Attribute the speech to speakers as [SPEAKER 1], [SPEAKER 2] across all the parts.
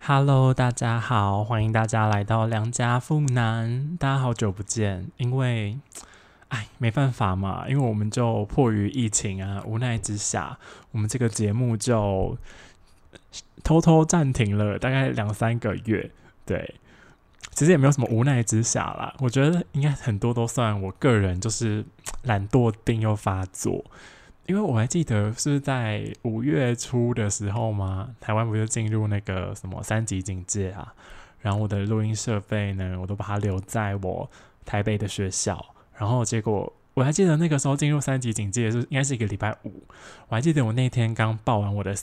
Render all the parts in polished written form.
[SPEAKER 1] Hello，大家好，欢迎大家来到良家妇男。大家好久不见，因为没办法嘛，因为我们就迫于疫情啊，无奈之下，我们这个节目就偷偷暂停了大概2-3个月。对，其实也没有什么无奈之下啦，我觉得应该很多都算我个人就是懒惰病又发作。因为我还记得是在5月初的时候嘛，台湾不就进入那个什么3级警戒啊，然后我的录音设备呢，我都把它留在我台北的学校，然后结果我还记得那个时候进入3级警戒是应该是一个礼拜五，我还记得我那天刚报完我的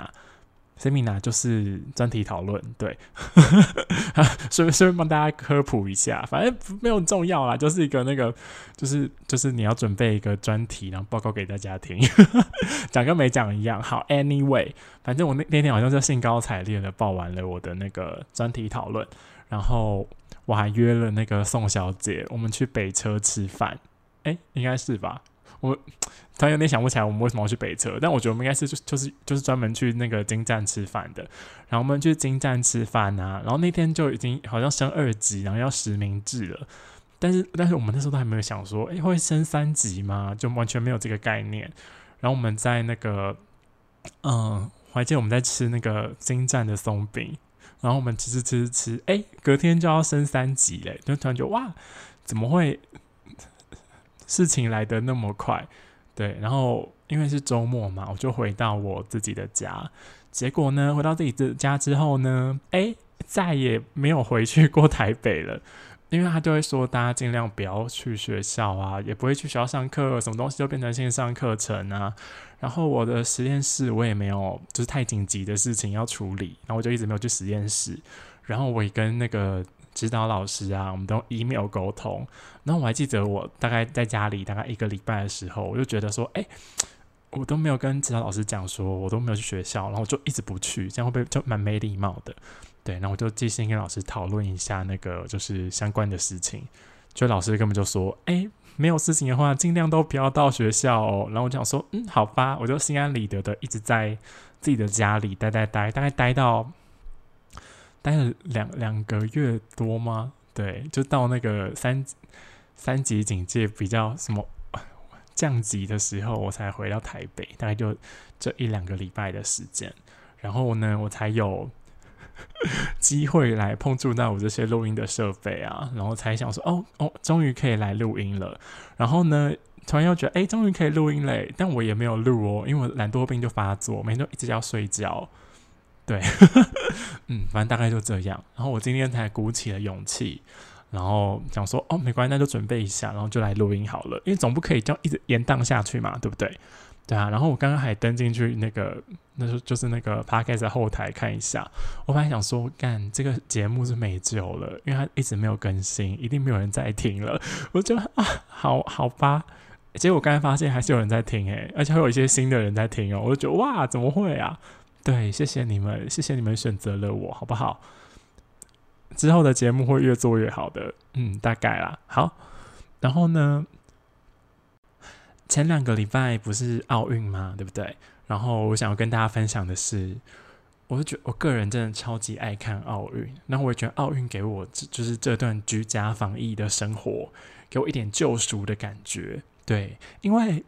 [SPEAKER 1] seminar 就是专题讨论，对，顺便帮大家科普一下，反正没有很重要啦，就是一个那个，就是你要准备一个专题，然后报告给大家听，讲跟没讲一样。好 ，anyway， 反正我那天好像就兴高采烈的报完了我的那个专题讨论，然后我还约了那个宋小姐，我们去北车吃饭，应该是吧？我突然有点想不起来我们为什么要去北车，但我觉得我们应该是就是专门去那个金站吃饭的。然后我们去金站吃饭啊，然后那天就已经好像升2级，然后要实名制了。但是我们那时候都还没有想说，会升3级吗？就完全没有这个概念。然后我们在那个，我还记得我们在吃那个金站的松饼，然后我们吃，隔天就要升3级嘞，就突然觉得哇，怎么会？事情来得那么快，对，然后因为是周末嘛，我就回到我自己的家。结果呢，回到自己的家之后呢，再也没有回去过台北了。因为他就会说，大家尽量不要去学校啊，也不会去学校上课，什么东西都变成线上课程啊。然后我的实验室我也没有，就是太紧急的事情要处理，然后我就一直没有去实验室。然后我也跟那个指导老师啊，我们都用 email 沟通。然后我还记得我大概在家里大概1个礼拜的时候，我就觉得说，我都没有跟指导老师讲说，我都没有去学校，然后我就一直不去，这样会不会就蛮没礼貌的？对，然后我就寄信跟老师讨论一下那个就是相关的事情，就老师根本就说，没有事情的话，尽量都不要到学校哦。然后我就想说，好吧，我就心安理得的一直在自己的家里待，大概待了两个月多吗？对，就到那个三级警戒比较什么降级的时候，我才回到台北，大概就这1-2个礼拜的时间。然后呢，我才有机会来碰触到我这些录音的设备啊，然后才想说，终于可以来录音了。然后呢，突然又觉得，终于可以录音嘞，但我也没有录哦，因为我懒惰病就发作，每天都一直要睡觉。对，反正大概就这样。然后我今天才鼓起了勇气，然后想说，没关系，那就准备一下，然后就来录音好了，因为总不可以这样一直延宕下去嘛，对不对？对啊，然后我刚刚还登进去那时候就是那个 podcast 的后台看一下，我本来想说，干这个节目是没救了，因为它一直没有更新，一定没有人在听了。我就好吧，结果我刚才发现还是有人在听而且还有一些新的人在听哦，我就觉得哇，怎么会啊？对，谢谢你们选择了我，好不好？之后的节目会越做越好的，大概啦。好，然后呢，前2个礼拜不是奥运吗？对不对？然后我想要跟大家分享的是，我就觉得我个人真的超级爱看奥运，然后我也觉得奥运给我就是这段居家防疫的生活，给我一点救赎的感觉。对，因为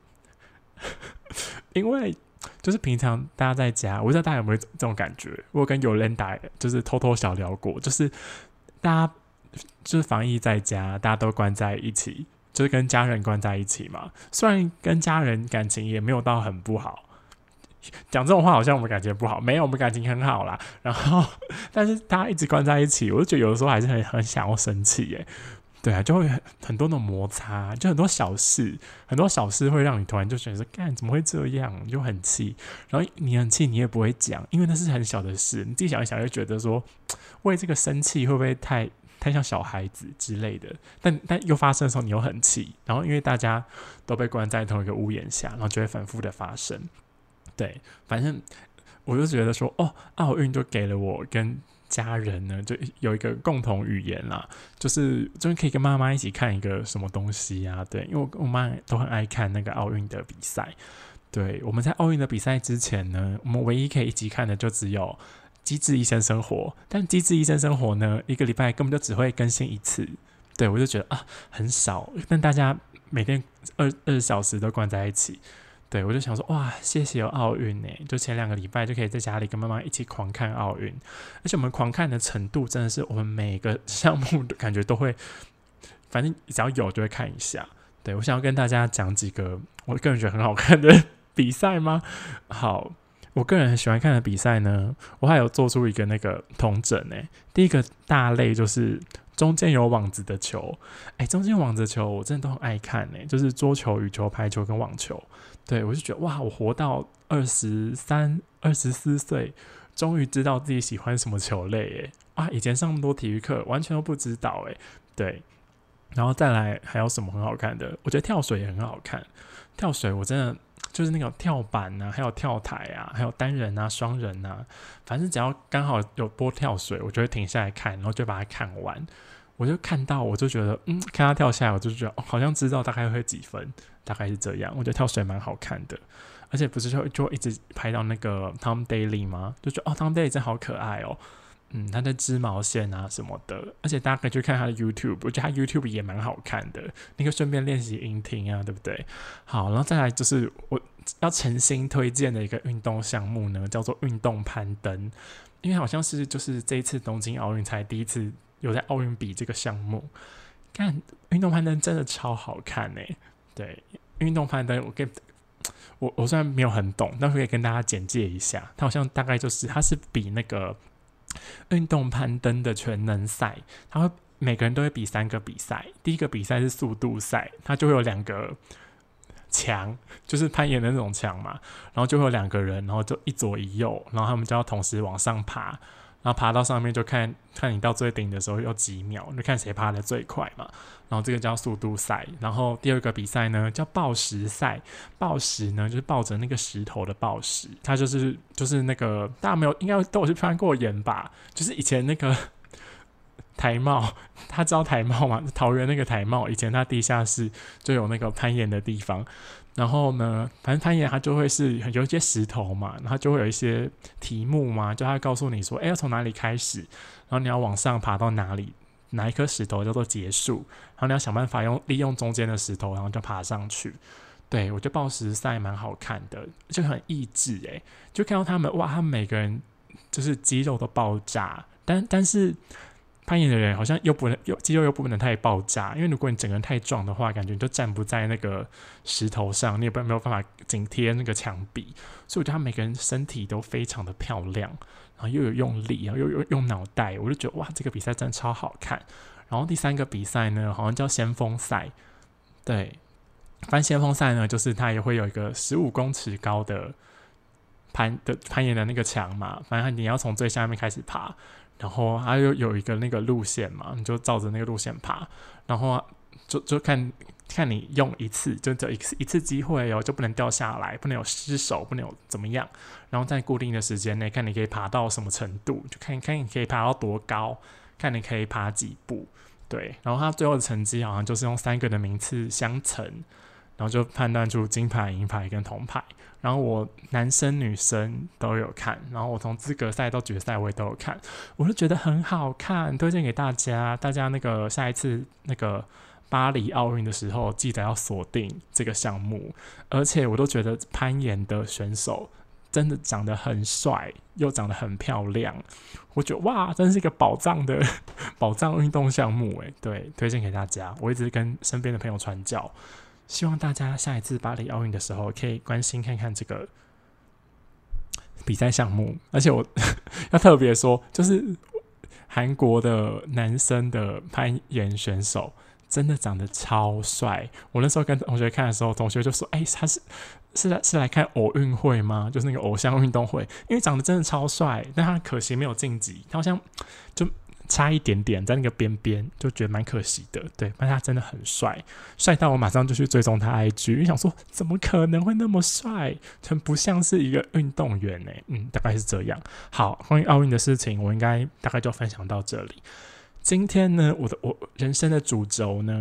[SPEAKER 1] 就是平常大家在家，我不知道大家有没有这种感觉。我有跟有人就是偷偷小聊过，就是大家就是防疫在家，大家都关在一起，就是跟家人关在一起嘛。虽然跟家人感情也没有到很不好，讲这种话好像我们感情不好，没有，我们感情很好啦。然后，但是大家一直关在一起，我就觉得有的时候还是很想要生气耶。对啊，就会很多的摩擦，就很多小事会让你突然就觉得说，干怎么会这样，你就很气。然后你很气，你也不会讲，因为那是很小的事，你自己想一想就觉得说，为这个生气会不会太像小孩子之类的？但又发生的时候，你又很气，然后因为大家都被关在同一个屋檐下，然后就会反复的发生。对，反正我就觉得说，奥运就给了我跟家人呢，就有一个共同语言啦，就是可以跟妈妈一起看一个什么东西啊。对，因为我妈都很爱看那个奥运的比赛。对，我们在奥运的比赛之前呢，我们唯一可以一起看的就只有机智医生生活，但机智医生生活呢，一个礼拜根本就只会更新一次。对，我就觉得啊，很少，但大家每天20小时都关在一起。对，我就想说，哇，谢谢有奥运呢！就前2个礼拜就可以在家里跟妈妈一起狂看奥运，而且我们狂看的程度真的是我们每个项目的感觉都会，反正只要有就会看一下。对，我想要跟大家讲几个我个人觉得很好看的比赛吗？好，我个人很喜欢看的比赛呢，我还有做出一个那个统整诶。第一个大类就是中间有网子的球，中间有网子的球我真的都很爱看诶，就是桌球、羽球、排球跟网球。对，我就觉得哇，我活到23、24岁，终于知道自己喜欢什么球类耶！哇，以前上那么多体育课，完全都不知道耶。对，然后再来还有什么很好看的？我觉得跳水也很好看。跳水我真的就是那个跳板啊，还有跳台啊，还有单人啊、双人啊，反正只要刚好有播跳水，我就会停下来看，然后就把它看完。我就看到，我就觉得，看他跳下来，我就觉得，好像知道大概会几分，大概是这样。我觉得跳水蛮好看的，而且不是就一直拍到那个 Tom Daley 吗？就觉得Tom Daley 真好可爱哦。他在织毛线啊什么的，而且大家可以去看他的 YouTube， 我觉得他 YouTube 也蛮好看的，你可以顺便练习音听啊，对不对？好，然后再来就是我要诚心推荐的一个运动项目呢，叫做运动攀登，因为好像是就是这一次东京奥运才第一次有在奥运比这个项目，看运动攀登真的超好看欸。对，运动攀登我虽然没有很懂，但是可以跟大家简介一下，它好像大概就是它是比那个运动攀登的全能赛，它会每个人都会比3个比赛。第一个比赛是速度赛，它就会有2个墙，就是攀岩的那种墙嘛，然后就会有2个人，然后就一左一右，然后他们就要同时往上爬，然后爬到上面就看你到最顶的时候要几秒，就看谁爬得最快嘛。然后这个叫速度赛。然后第2个比赛呢叫抱石赛，抱石呢就是抱着那个石头的抱石，它就是那个大家没有应该都有去攀过岩吧，就是以前那个台茂，他知道台茂吗？桃园那个台茂，以前他地下室就有那个攀岩的地方。然后呢，反正攀岩它就会是有一些石头嘛，然后就会有一些题目嘛，就他会告诉你说，要从哪里开始，然后你要往上爬到哪里，哪一颗石头叫做结束，然后你要想办法利用中间的石头，然后就爬上去。对，我觉得抱石赛蛮好看的，就很益智就看到他们哇，他们每个人就是肌肉都爆炸，但是攀岩的人好像肌肉又不能太爆炸，因为如果你整个人太壮的话，感觉你就站不在那个石头上，你也没有办法紧贴那个墙壁，所以我觉得他每个人身体都非常的漂亮，然后又有用力，然后又有用脑袋，我就觉得哇，这个比赛真的超好看。然后第3个比赛呢，好像叫先锋赛，对，反正先锋赛呢，就是它也会有一个15公尺高的攀岩的那个墙嘛，反正你要从最下面开始爬。然后它又有一个那个路线嘛，你就照着那个路线爬，然后就看你用一次，就只有一次机会就不能掉下来，不能有失手，不能有怎么样。然后在固定的时间内，看你可以爬到什么程度，就看你可以爬到多高，看你可以爬几步。对，然后他最后的成绩好像就是用3个的名次相乘，然后就判断出金牌、银牌跟铜牌。然后我男生女生都有看，然后我从资格赛到决赛我也都有看，我就觉得很好看，推荐给大家。大家那个下一次那个巴黎奥运的时候，记得要锁定这个项目。而且我都觉得攀岩的选手真的长得很帅，又长得很漂亮，我觉得哇，真是一个宝藏运动项目对，推荐给大家。我一直跟身边的朋友传教。希望大家下一次巴黎奥运的时候可以关心看看这个比赛项目。而且我要特别说，就是韩国的男生的攀岩选手真的长得超帅。我那时候跟同学看的时候，同学就说：“他是来看偶运会吗？就是那个偶像运动会，因为长得真的超帅，但他可惜没有晋级，他好像就差一点点在那个边边，就觉得蛮可惜的。对，但他真的很帅，帅到我马上就去追踪他 IG， 因为想说怎么可能会那么帅，很不像是一个运动员大概是这样。好，关于奥运的事情，我应该大概就分享到这里。今天呢，我人生的主轴呢，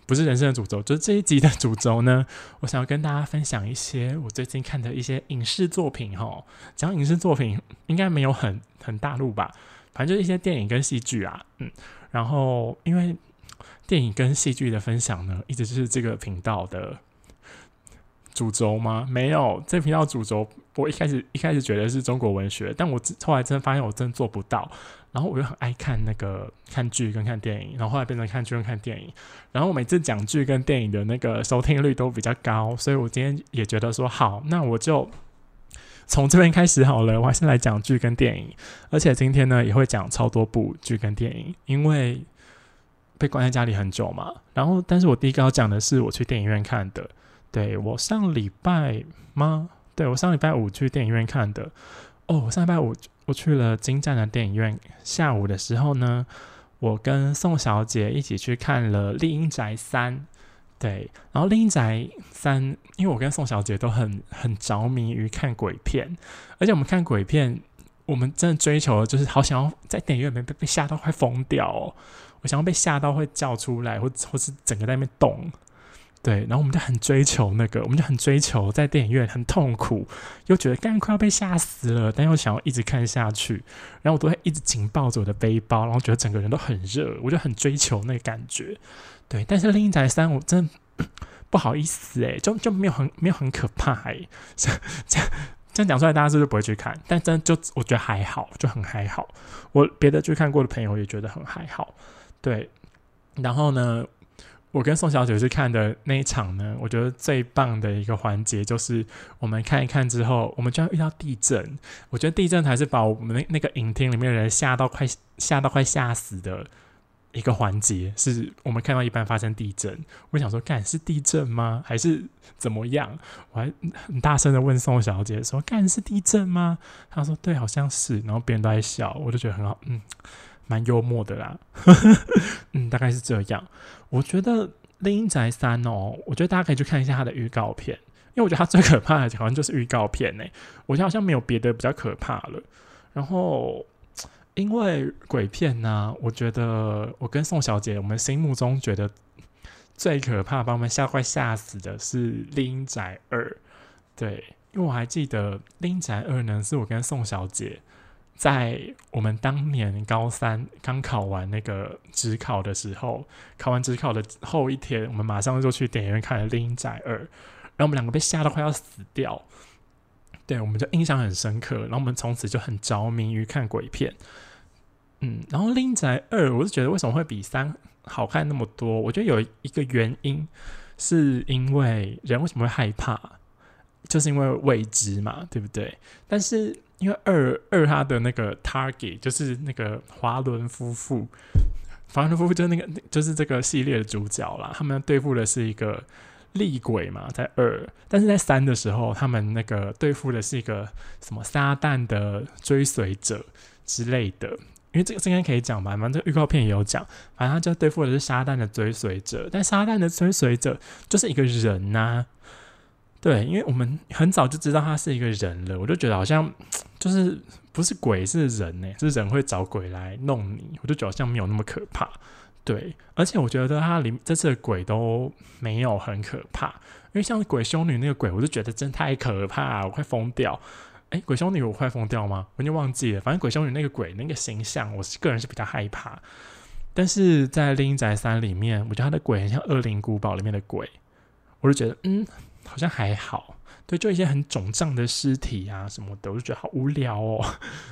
[SPEAKER 1] 不是人生的主轴，就是这一集的主轴呢，我想要跟大家分享一些我最近看的一些影视作品齁。讲影视作品应该没有很大陆吧，反正就是一些电影跟戏剧啊，然后因为电影跟戏剧的分享呢，一直就是这个频道的主轴吗？没有，这频道主轴我一开始觉得是中国文学，但我后来真的发现我真的做不到。然后我又很爱看看剧跟看电影，然后后来变成看剧跟看电影。然后我每次讲剧跟电影的那个收听率都比较高，所以我今天也觉得说好，那我就从这边开始好了。我还是来讲剧跟电影，而且今天呢也会讲超多部剧跟电影，因为被关在家里很久嘛。然后，但是我第一个要讲的是我去电影院看的。对，我上礼拜吗？对，我上礼拜五去电影院看的。我上礼拜五我去了金站的电影院，下午的时候呢，我跟宋小姐一起去看了《丽英宅3》。对，然后《丽英宅3》，因为我跟宋小姐都很着迷于看鬼片，而且我们看鬼片，我们真的追求的就是好想要在电影院里面被吓到快疯掉哦。我想要被吓到会叫出来，或是整个在那边动。对，然后我们就很追求我们就很追求在电影院很痛苦，又觉得快要被吓死了，但又想要一直看下去，然后我都会一直紧抱着我的背包，然后觉得整个人都很热，我就很追求那个感觉。对，但是《丽英宅3》我真的不好意思就没有很可怕这样讲出来大家是不是不会去看？但真的就我觉得还好，就很还好。我别的去看过的朋友也觉得很还好。对，然后呢，我跟宋小姐去看的那一场呢，我觉得最棒的一个环节就是我们看一看之后，我们就要遇到地震。我觉得地震才是把我们那个影厅里面的人吓到快吓死的一个环节，是我们看到一半发生地震。我想说，干是地震吗？还是怎么样？我还很大声的问宋小姐说：“干是地震吗？”她说：“对，好像是。”然后别人都在笑，我就觉得很好，蛮幽默的啦。大概是这样。我觉得《丽英宅3》我觉得大家可以去看一下它的预告片，因为我觉得它最可怕的好像就是预告片我觉得好像没有别的比较可怕了。然后因为鬼片呢，我觉得我跟宋小姐我们心目中觉得最可怕把我们快吓死的是《丽英宅2》。对，因为我还记得《丽英宅2》呢是我跟宋小姐在我们当年高3刚考完那个指考的时候，考完指考的后一天，我们马上就去电影院看了《丽英宅2》，然后我们两个被吓到快要死掉。对，我们就印象很深刻，然后我们从此就很着迷于看鬼片。然后《丽英宅2》，我是觉得为什么会比3好看那么多？我觉得有一个原因，是因为人为什么会害怕，就是因为未知嘛，对不对？但是因为二他的那个 target 就是那个华伦夫妇就是就是这个系列的主角啦，他们对付的是一个厉鬼嘛，在2，但是在3的时候，他们那个对付的是一个什么撒旦的追随者之类的。因为这个应该可以讲吧，反正这个预告片也有讲，反正他就对付的是撒旦的追随者，但撒旦的追随者就是一个人啊。对，因为我们很早就知道他是一个人了，我就觉得好像就是不是鬼是人是人会找鬼来弄你，我就觉得好像没有那么可怕。对，而且我觉得他这次的鬼都没有很可怕，因为像鬼修女那个鬼，我就觉得真太可怕，我快疯掉。鬼修女我快疯掉吗？我已经忘记了，反正鬼修女那个鬼那个形象，我个人是比较害怕。但是在《丽英宅3》里面，我觉得他的鬼很像《恶灵古堡》里面的鬼，我就觉得好像还好。对，就一些很肿胀的尸体啊什么的，我就觉得好无聊哦。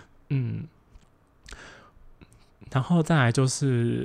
[SPEAKER 1] 然后再来就是，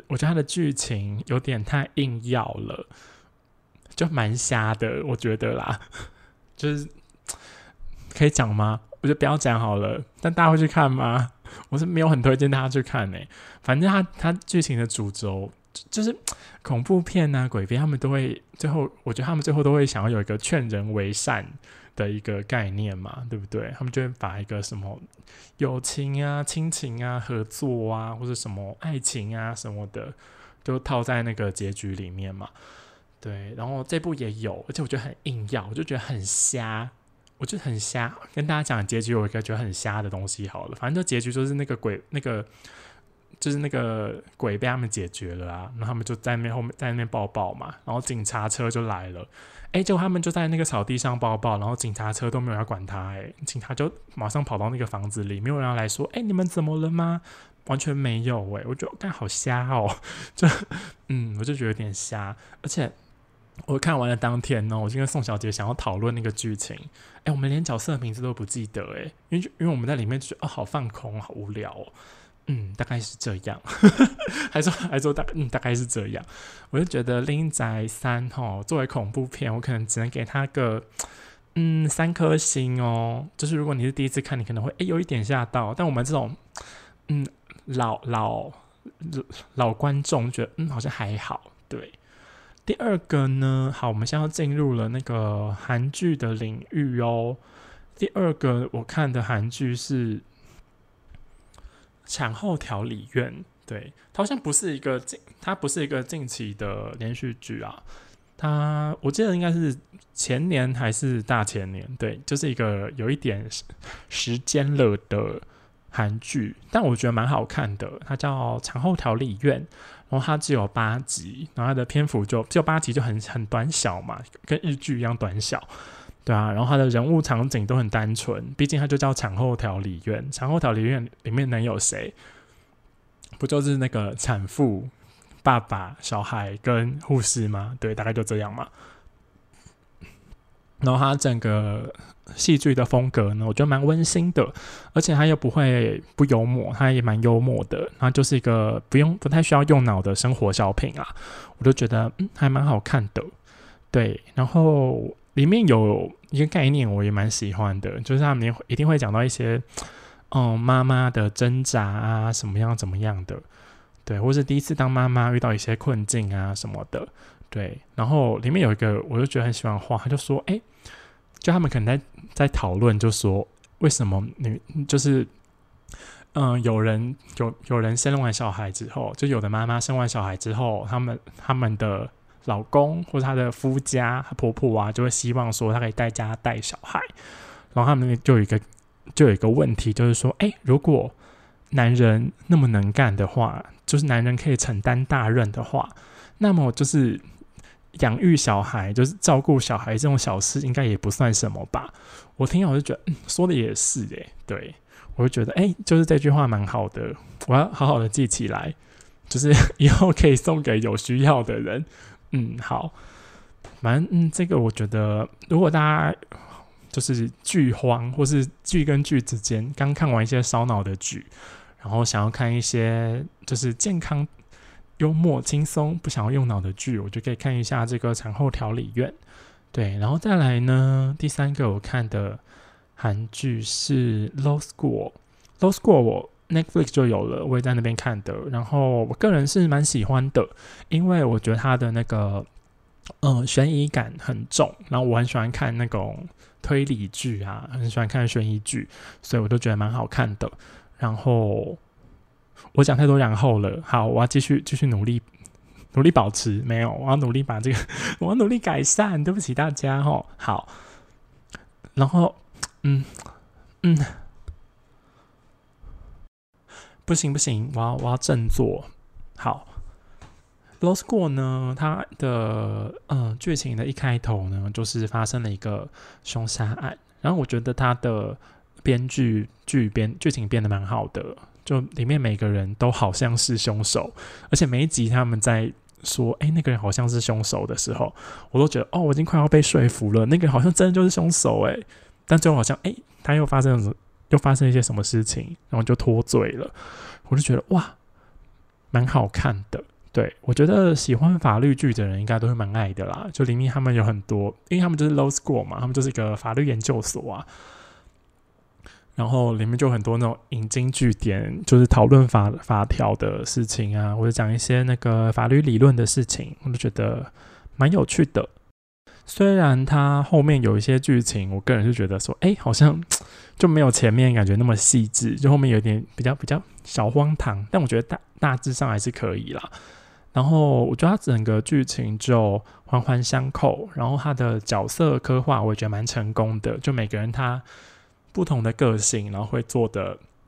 [SPEAKER 1] 我觉得他的剧情有点太硬要了，就蛮瞎的，我觉得啦。就是可以讲吗？我就不要讲好了。但大家会去看吗？我是没有很推荐大家去看反正他剧情的主轴就是恐怖片啊、鬼片，他们都会最后，我觉得他们最后都会想要有一个劝人为善的一个概念嘛，对不对？他们就会把一个什么友情啊、亲情啊、合作啊，或者什么爱情啊什么的，就套在那个结局里面嘛。对，然后这部也有，而且我觉得很硬要，我就觉得很瞎。我觉得很瞎，跟大家讲结局有一个觉得很瞎的东西好了。反正就结局就是那个鬼，那个就是那个鬼被他们解决了啊，然后他们就在那边后面在那边抱抱嘛，然后警察车就来了，结果他们就在那个草地上抱抱，然后警察车都没有要管他，警察就马上跑到那个房子里，没有人要来说，你们怎么了吗？完全没有，我觉得干好瞎哦，就我就觉得有点瞎，而且我看完了当天呢，我就跟宋小姐想要讨论那个剧情，我们连角色的名字都不记得，因为我们在里面就觉得好放空，好无聊哦。大概是这样，还说大概是这样，我就觉得《拎仔3》作为恐怖片，我可能只能给他个3颗星哦。就是如果你是第一次看，你可能会有一点吓到，但我们这种老观众觉得好像还好。对，第二个呢，好，我们现在要进入了那个韩剧的领域哦。第二个我看的韩剧是产后调理院，对，它好像不是一个近期的连续剧啊，我记得应该是前年还是大前年，对，就是一个有一点时间了的韩剧，但我觉得蛮好看的，它叫产后调理院，然后它只有8集，然后它的篇幅就只有8集，就很短小嘛，跟日剧一样短小。对啊，然后它的人物场景都很单纯，毕竟它就叫产后调理院。产后调理院里面能有谁？不就是那个产妇、爸爸、小孩跟护士吗？对，大概就这样嘛。然后它整个戏剧的风格呢，我觉得蛮温馨的，而且它又不会不幽默，它也蛮幽默的。它就是一个不太需要用脑的生活小品啊，我就觉得还蛮好看的。对，然后里面有一个概念我也蛮喜欢的，就是他们一定会讲到一些妈妈的挣扎啊，什么样怎么样的，对，或是第一次当妈妈遇到一些困境啊什么的，对。然后里面有一个我就觉得很喜欢画，他就说就他们可能在讨论，就说为什么就是有人生完小孩之后，就有的妈妈生完小孩之后，他们的老公或者他的夫家婆婆啊，就会希望说他可以在家带小孩，然后他们那边就有一个问题，就是说如果男人那么能干的话，就是男人可以承担大任的话，那么就是养育小孩，就是照顾小孩这种小事应该也不算什么吧。我听我就觉得说的也是对，我就觉得就是这句话蛮好的，我要好好的记起来，就是以后可以送给有需要的人。好，反正这个我觉得，如果大家就是剧荒，或是剧跟剧之间刚看完一些烧脑的剧，然后想要看一些就是健康、幽默、轻松，不想要用脑的剧，我就可以看一下这个产后调理院。对，然后再来呢，第3个我看的韩剧是《Law School》，《Law School》我Netflix 就有了，我也在那边看的。然后我个人是蛮喜欢的，因为我觉得它的那个悬疑感很重，然后我很喜欢看那种推理剧啊，很喜欢看悬疑剧，所以我都觉得蛮好看的。然后我讲太多然后了，好，我要继续努力保持，没有，我要努力把这个我要努力改善，对不起大家齁。好，然后不行，我要振作。好，Law School 呢，它的剧情的一开头呢，就是发生了一个凶杀案，然后我觉得它的剧情编得蛮好的，就里面每个人都好像是凶手，而且每一集他们在说那个人好像是凶手的时候，我都觉得我已经快要被说服了，那个人好像真的就是凶手但最后好像他又发生一些什么事情，然后就脱罪了，我就觉得哇，蛮好看的。对，我觉得喜欢法律剧的人应该都会蛮爱的啦，就里面他们有很多，因为他们就是 Law School 嘛，他们就是一个法律研究所啊，然后里面就有很多那种引经据典，就是讨论法条的事情啊，或者讲一些那个法律理论的事情，我就觉得蛮有趣的。虽然它后面有一些剧情，我个人是觉得说好像就没有前面感觉那么细致，就后面有点比较小荒唐，但我觉得大致上还是可以啦。然后我觉得它整个剧情就环环相扣，然后它的角色刻画我也觉得蛮成功的，就每个人他不同的个性，然后会做的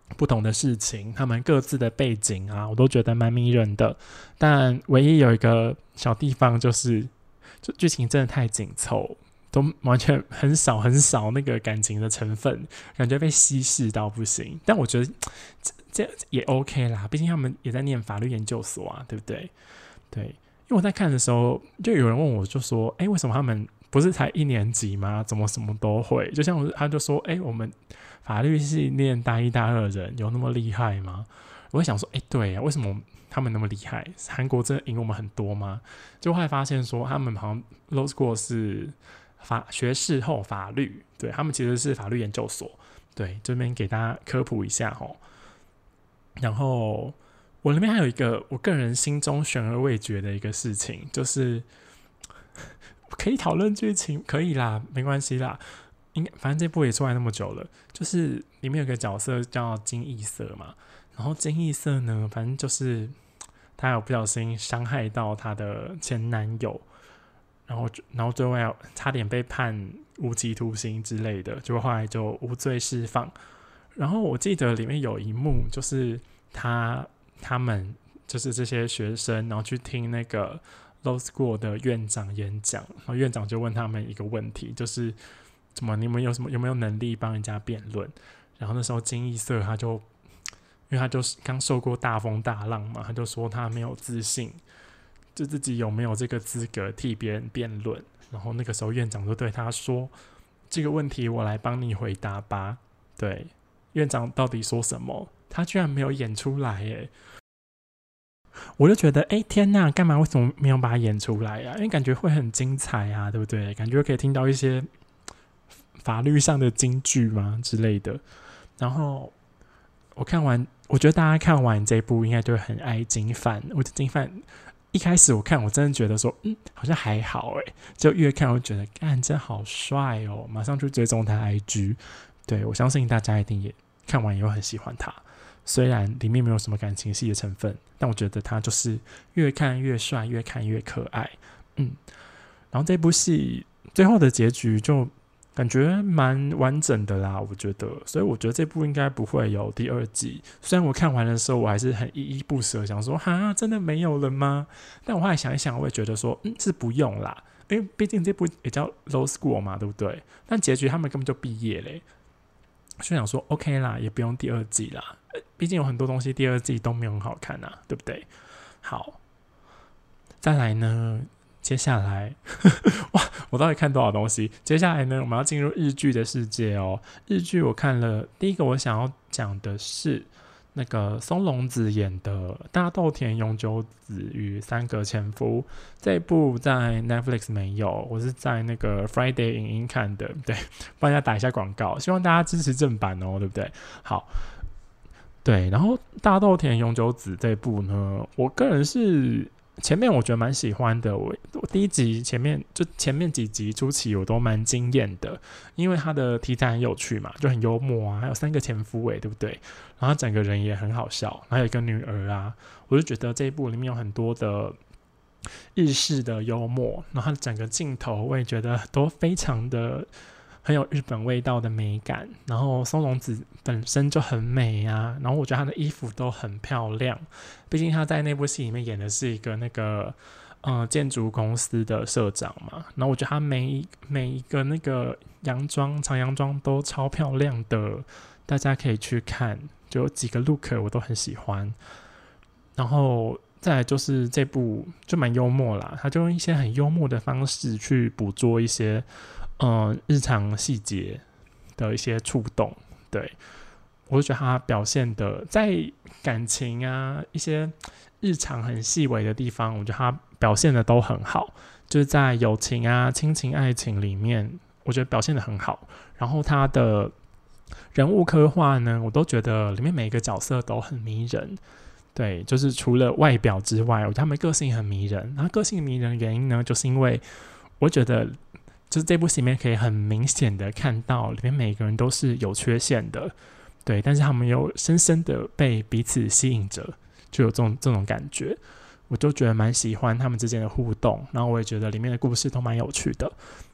[SPEAKER 1] 不同的事情，他们各自的背景啊，我都觉得蛮迷人的。但唯一有一个小地方就是，就剧情真的太紧凑，都完全很少那个感情的成分，感觉被稀释到不行。但我觉得这也 OK 啦，毕竟他们也在念法律研究所啊，对不对？对，因为我在看的时候，就有人问我，就说：“为什么他们不是才1年级吗？怎么什么都会？”就像他就说：“我们法律系念大一、大二的人有那么厉害吗？”我会想说：“对啊，为什么他们那么厉害？韩国真的赢我们很多吗？”就后来发现说，他们好像 law school 是学士后法律，对，他们其实是法律研究所。对，这边给大家科普一下齁。然后我那边还有一个我个人心中悬而未决的一个事情，就是可以讨论剧情，可以啦，没关系啦。反正这部也出来那么久了，就是里面有个角色叫金义色嘛，然后金义色呢，反正就是他有不小心伤害到他的前男友，然后最后差点被判无期徒刑之类的，结果后来就无罪释放。然后我记得里面有一幕，就是他们就是这些学生，然后去听那个 law school 的院长演讲，然后院长就问他们一个问题，就是你们有没有能力帮人家辩论？然后那时候金义色因为他就刚受过大风大浪嘛，他就说他没有自信，就自己有没有这个资格替别人辩论。然后那个时候院长就对他说：“这个问题我来帮你回答吧。”对，院长到底说什么？他居然没有演出来耶！我就觉得，天哪，干嘛？为什么没有把它演出来啊？因为感觉会很精彩啊，对不对？感觉可以听到一些法律上的金句嘛之类的。然后我看完，我觉得大家看完这部应该就会很爱金范。我的金范一开始我看，我真的觉得说，好像还好就越看我就觉得，干，真好帅哦！马上去追踪他 IG。对，我相信大家一定也看完也会很喜欢他。虽然里面没有什么感情戏的成分，但我觉得他就是越看越帅，越看越可爱。然后这部戏最后的结局就感觉蛮完整的啦，我觉得，所以我觉得这部应该不会有第2季。虽然我看完的时候我还是很依依不舍，想说哈，真的没有了吗？但我后来想一想，我也觉得说，是不用啦，因为毕竟这部也叫 law school 嘛，对不对？但结局他们根本就毕业嘞，就想说 OK 啦，也不用第2季啦。毕竟有很多东西第2季都没有很好看啊，对不对？好，再来呢，接下来哇，我到底看多少东西？接下来呢，我们要进入日剧的世界哦。日剧我看了，第一个我想要讲的是那个松隆子演的《大豆田永久子与3个前夫》，这一部在 Netflix 没有，我是在那个 Friday 影音看的，对，帮大家打一下广告，希望大家支持正版哦，对不对？好。对，然后大豆田永久子这部呢，我个人是前面我觉得蛮喜欢的，我第1集前面几集初期我都蛮惊艳的，因为他的题材很有趣嘛，就很幽默啊，还有3个前夫对不对？然后整个人也很好笑，还有一个女儿啊，我就觉得这一部里面有很多的日式的幽默，然后整个镜头我也觉得都非常的很有日本味道的美感，然后松隆子本身就很美啊，然后我觉得她的衣服都很漂亮，毕竟她在那部戏里面演的是一个那个建筑公司的社长嘛，然后我觉得她每一个那个长洋装都超漂亮的，大家可以去看，就有几个 look 我都很喜欢。然后再来就是这部就蛮幽默啦，他就用一些很幽默的方式去捕捉一些日常细节的一些触动，对，我就觉得他表现的在感情啊一些日常很细微的地方，我觉得他表现的都很好，就是在友情啊、亲情、爱情里面，我觉得表现的很好。然后他的人物刻画呢，我都觉得里面每一个角色都很迷人。对，就是除了外表之外，我觉得他们个性很迷人。然后个性迷人的原因呢，就是因为我觉得就是这部戏里面可以很明显的看到里面每个人都是有缺陷的，对，但是他们又深深的被彼此吸引着，就有这种感觉，我就觉得蛮喜欢他们之间的互动，然后我也觉得里面的故事都蛮有趣的。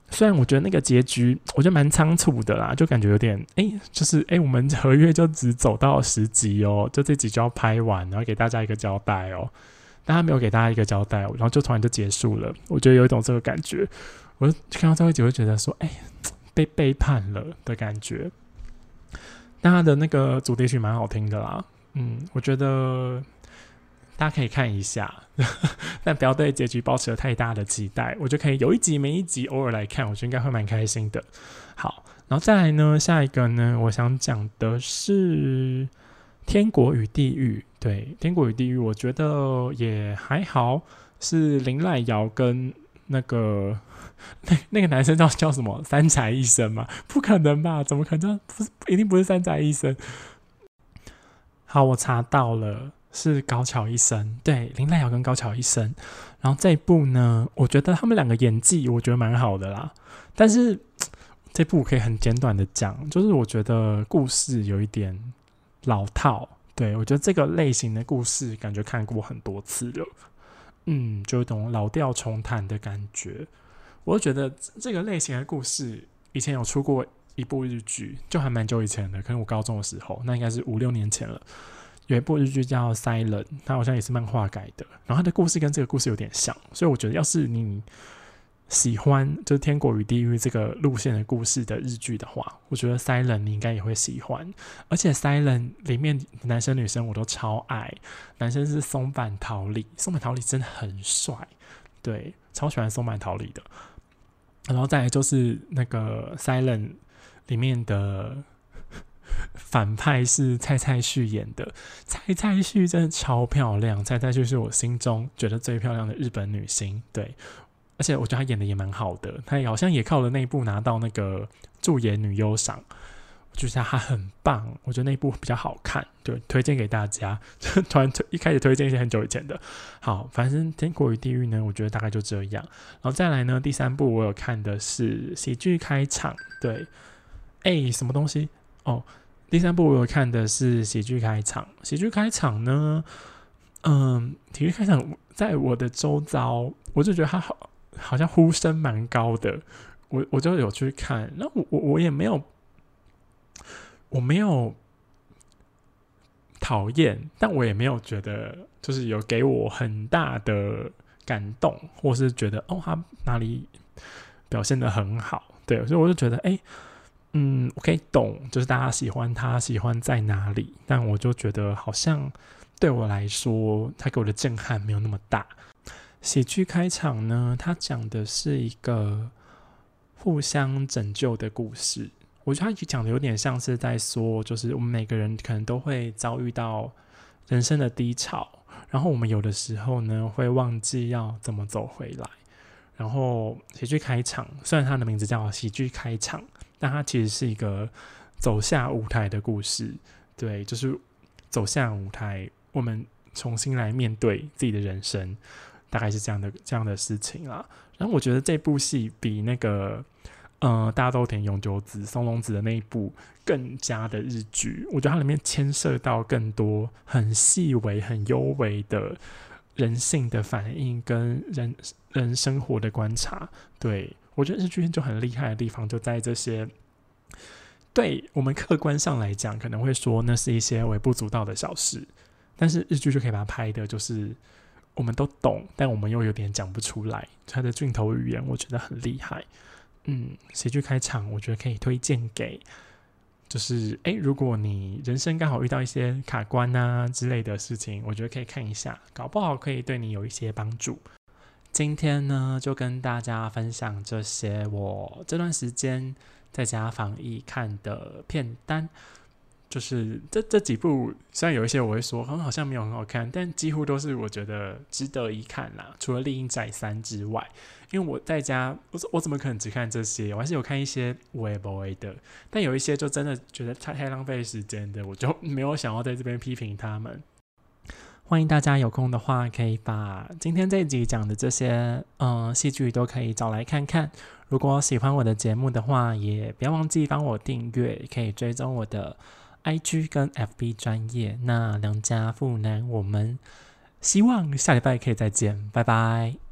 [SPEAKER 1] 虽然我觉得那个结局我觉得蛮仓促的啦，就感觉有点就是我们合约就只走到10集哦，就这集就要拍完，然后给大家一个交代哦，但他没有给大家一个交代，然后就突然就结束了，我觉得有一种这个感觉，我看到最后一集会觉得说被背叛了的感觉。但他的那个主题曲蛮好听的啦，我觉得大家可以看一下但不要对结局抱持了太大的期待，我就可以有一集没一集偶尔来看，我觉得应该会蛮开心的。好，然后再来呢，下一个呢我想讲的是天国与地狱。对，天国与地狱我觉得也还好，是林濑遥跟那个男生叫什么三宅一生吗？不可能吧，怎么可能？一定不是三宅一生。好，我查到了，是高桥一生，对，林濑遥跟高桥一生。然后这一部呢，我觉得他们两个演技我觉得蛮好的啦，但是这部我可以很简短的讲，就是我觉得故事有一点老套。对，我觉得这个类型的故事感觉看过很多次了，就有一种老调重弹的感觉。我就觉得这个类型的故事以前有出过一部日剧，就还蛮久以前的，可能我高中的时候，那应该是5-6年前了。有一部日剧叫《Silent》，它好像也是漫画改的，然后它的故事跟这个故事有点像，所以我觉得要是你喜欢就是天国与地狱这个路线的故事的日剧的话，我觉得 Silent 你应该也会喜欢。而且 Silent 里面男生女生我都超爱，男生是松坂桃李，松坂桃李真的很帅，对，超喜欢松坂桃李的。然后再来就是那个 Silent 里面的反派是蔡蔡旭演的，蔡蔡旭真的超漂亮，蔡蔡旭是我心中觉得最漂亮的日本女星，对，而且我觉得她演的也蛮好的，她好像也靠了那一部拿到那个助演女优赏，我觉得她很棒，我觉得那一部比较好看，对，推荐给大家。突然一开始推荐一些很久以前的，好，反正天国与地狱呢，我觉得大概就这样。然后再来呢，第3部我有看的是喜剧开场，对，什么东西哦？第3部我有看的是喜剧开场，喜剧开场呢，喜剧开场在我的周遭，我就觉得它好像呼声蛮高的，我就有去看，那我也没有，我没有讨厌，但我也没有觉得就是有给我很大的感动，或是觉得他哪里表现得很好，对，所以我就觉得我可以懂，就是大家喜欢他喜欢在哪里，但我就觉得好像对我来说，他给我的震撼没有那么大。喜剧开场呢，他讲的是一个互相拯救的故事。我觉得他讲的有点像是在说，就是我们每个人可能都会遭遇到人生的低潮，然后我们有的时候呢会忘记要怎么走回来。然后喜剧开场，虽然它的名字叫喜剧开场，但它其实是一个走下舞台的故事。对，就是走下舞台，我们重新来面对自己的人生，大概是这样的事情啦。然后我觉得这部戏比那个大豆田永久子、松隆子的那一部更加的日剧，我觉得它里面牵涉到更多很细微、很幽微的人性的反应跟人生活的观察。对，我觉得日剧就很厉害的地方就在这些，对我们客观上来讲可能会说那是一些微不足道的小事，但是日剧就可以把它拍的就是我们都懂，但我们又有点讲不出来，它的镜头语言我觉得很厉害。喜剧开场我觉得可以推荐给就是如果你人生刚好遇到一些卡关啊之类的事情，我觉得可以看一下，搞不好可以对你有一些帮助。今天呢就跟大家分享这些我这段时间在家防疫看的片单，就是这几部虽然有一些我会说好像没有很好看，但几乎都是我觉得值得一看啦，除了《丽英宅3》之外，因为我在家我怎么可能只看这些，我还是有看一些有的没的，但有一些就真的觉得太浪费时间的，我就没有想要在这边批评他们。欢迎大家有空的话可以把今天这一集讲的这些戏剧都可以找来看看。如果喜欢我的节目的话，也不要忘记帮我订阅，可以追踪我的 IG 跟 FB 专页。那良家妇男，我们希望下礼拜可以再见，拜拜。